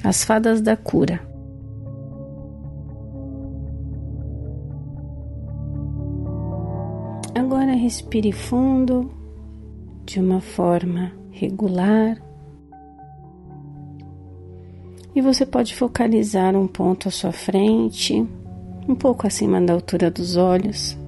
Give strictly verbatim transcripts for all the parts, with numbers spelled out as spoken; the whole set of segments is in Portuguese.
as fadas da cura. Agora respire fundo, de uma forma regular. E você pode focalizar um ponto à sua frente, um pouco acima da altura dos olhos.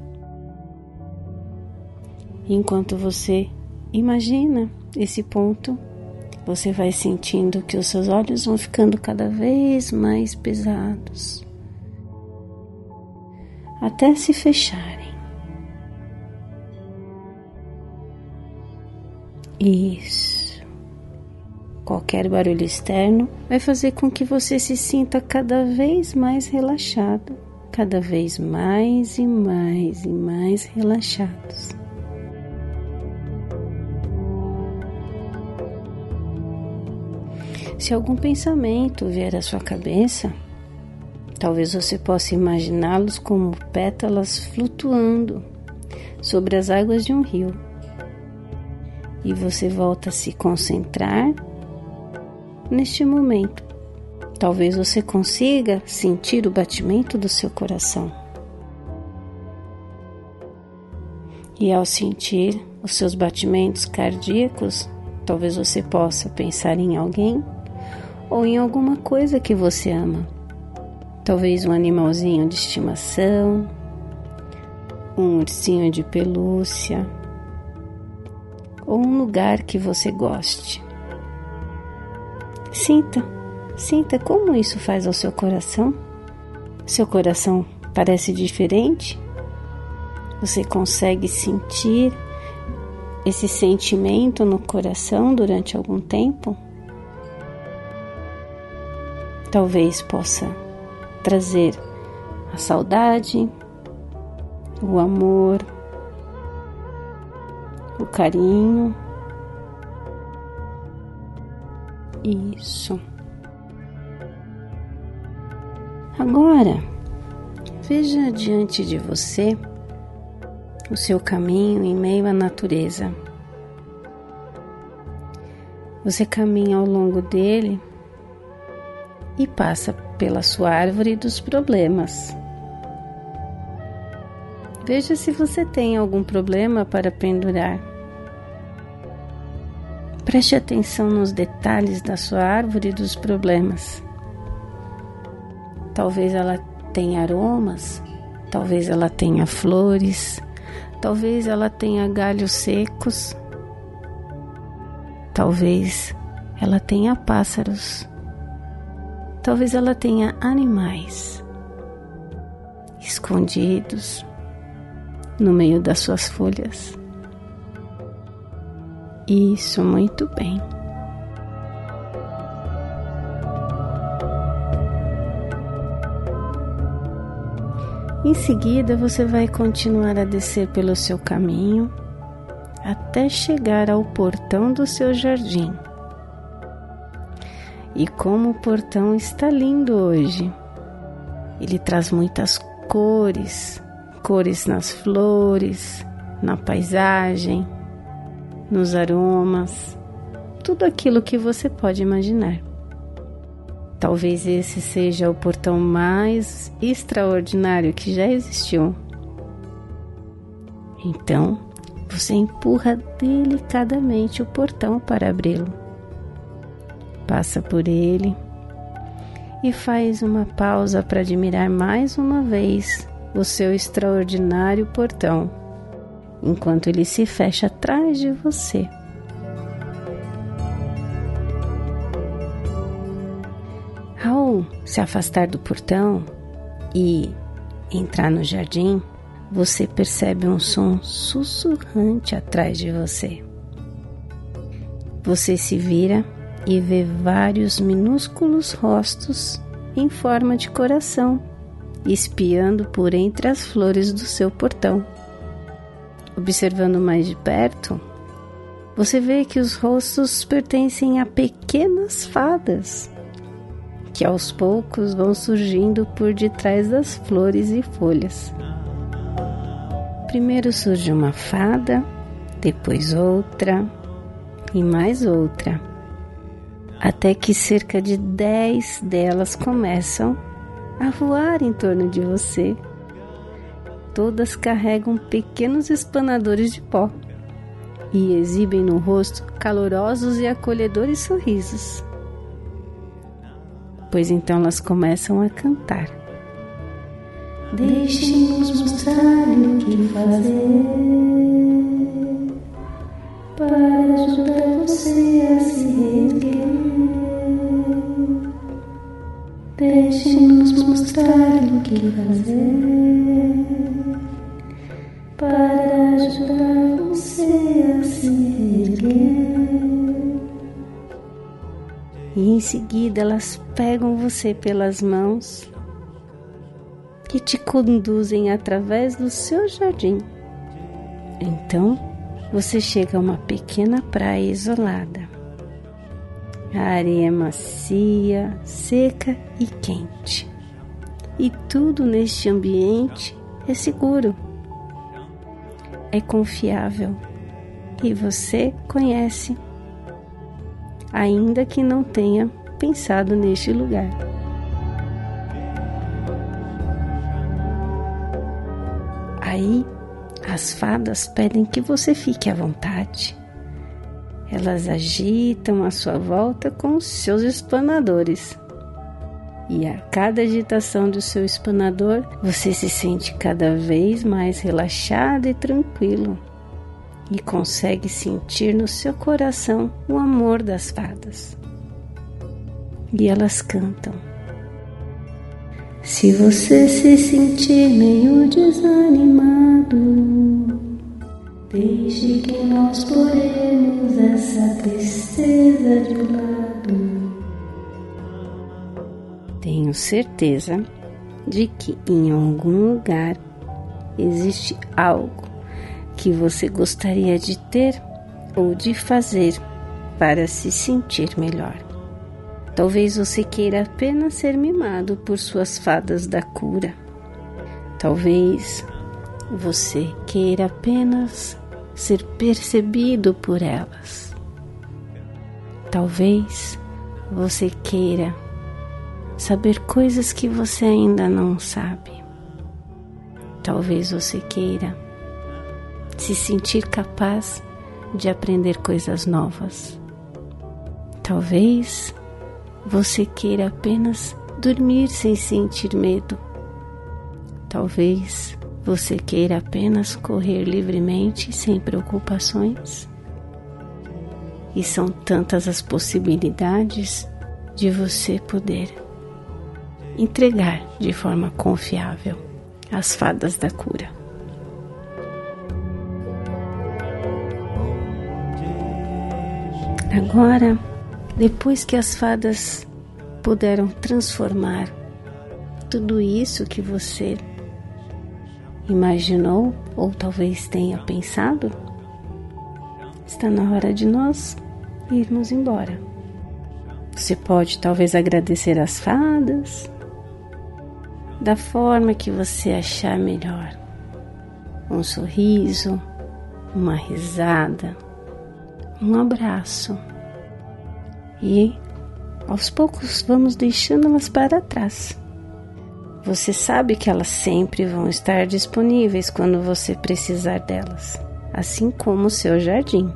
Enquanto você imagina esse ponto, você vai sentindo que os seus olhos vão ficando cada vez mais pesados, até se fecharem. Isso. Qualquer barulho externo vai fazer com que você se sinta cada vez mais relaxado, cada vez mais e mais e mais relaxados. Se algum pensamento vier à sua cabeça, talvez você possa imaginá-los como pétalas flutuando sobre as águas de um rio. E você volta a se concentrar neste momento. Talvez você consiga sentir o batimento do seu coração. E ao sentir os seus batimentos cardíacos, talvez você possa pensar em alguém ou em alguma coisa que você ama. Talvez um animalzinho de estimação, um ursinho de pelúcia, ou um lugar que você goste. Sinta, sinta como isso faz ao seu coração. Seu coração parece diferente? Você consegue sentir esse sentimento no coração durante algum tempo? Talvez possa trazer a saudade, o amor, o carinho. Isso. Agora, veja diante de você o seu caminho em meio à natureza. Você caminha ao longo dele e passa pela sua árvore dos problemas. Veja se você tem algum problema para pendurar. Preste atenção nos detalhes da sua árvore dos problemas. Talvez ela tenha aromas, talvez ela tenha flores, talvez ela tenha galhos secos, talvez ela tenha pássaros, talvez ela tenha animais escondidos no meio das suas folhas. Isso, muito bem. Em seguida, você vai continuar a descer pelo seu caminho até chegar ao portão do seu jardim. E como o portão está lindo hoje, ele traz muitas cores, cores nas flores, na paisagem, nos aromas, tudo aquilo que você pode imaginar. Talvez esse seja o portão mais extraordinário que já existiu. Então, você empurra delicadamente o portão para abri-lo. Passa por ele e faz uma pausa para admirar mais uma vez o seu extraordinário portão, enquanto ele se fecha atrás de você. Ao se afastar do portão e entrar no jardim, você percebe um som sussurrante atrás de você. Você se vira e vê vários minúsculos rostos em forma de coração, espiando por entre as flores do seu portão. Observando mais de perto, você vê que os rostos pertencem a pequenas fadas, que aos poucos vão surgindo por detrás das flores e folhas. Primeiro surge uma fada, depois outra e mais outra. até que cerca de dez delas começam a voar em torno de você. Todas carregam pequenos espanadores de pó e exibem no rosto calorosos e acolhedores sorrisos. Pois então elas começam a cantar. Deixe-nos mostrar-lhe o que fazer para ajudar você a se reerguer. Deixe-nos mostrar-lhe o que fazer para ajudar você a se reerguer. E em seguida elas pegam você pelas mãos que te conduzem através do seu jardim. Então, você chega a uma pequena praia isolada. A areia é macia, seca e quente. E tudo neste ambiente é seguro, é confiável e você conhece, ainda que não tenha pensado neste lugar. Aí, as fadas pedem que você fique à vontade. Elas agitam à sua volta com os seus espanadores. E a cada agitação do seu espanador, você se sente cada vez mais relaxado e tranquilo. E consegue sentir no seu coração o amor das fadas. E elas cantam. Se você se sentir meio desanimado, deixe que nós poremos essa tristeza de lado. Tenho certeza de que em algum lugar existe algo que você gostaria de ter ou de fazer para se sentir melhor. Talvez você queira apenas ser mimado por suas fadas da cura. Talvez você queira apenas ser percebido por elas. Talvez você queira saber coisas que você ainda não sabe. Talvez você queira se sentir capaz de aprender coisas novas. Talvez você queira apenas dormir sem sentir medo. Talvez você queira apenas correr livremente sem preocupações. E são tantas as possibilidades de você poder entregar de forma confiável as fadas da cura. Agora, depois que as fadas puderam transformar tudo isso que você imaginou ou talvez tenha pensado, está na hora de nós irmos embora. Você pode talvez agradecer as fadas da forma que você achar melhor. Um sorriso, uma risada, um abraço. E aos poucos vamos deixando-las para trás. Você sabe que elas sempre vão estar disponíveis quando você precisar delas, assim como o seu jardim.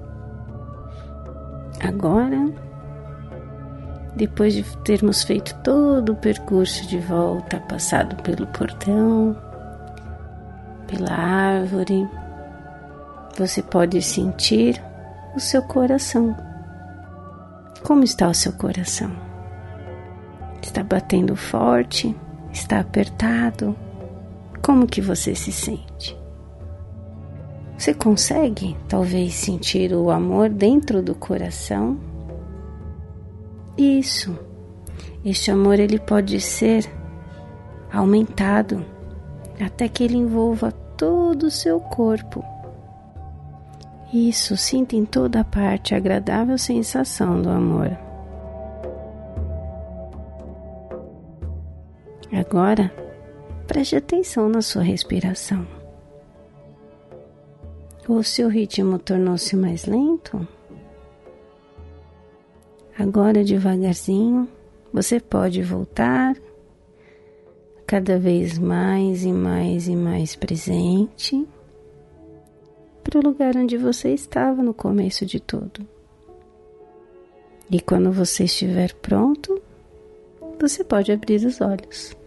Agora, depois de termos feito todo o percurso de volta, passado pelo portão, pela árvore, você pode sentir o seu coração. Como está o seu coração? Está batendo forte? Está apertado? Como que você se sente? Você consegue, talvez, sentir o amor dentro do coração? Isso. Este amor, ele pode ser aumentado até que ele envolva todo o seu corpo. Isso, sinta em toda a parte a agradável sensação do amor. Agora, preste atenção na sua respiração. O seu ritmo tornou-se mais lento? Agora, devagarzinho, você pode voltar cada vez mais e mais e mais presente para o lugar onde você estava no começo de tudo. E quando você estiver pronto, você pode abrir os olhos.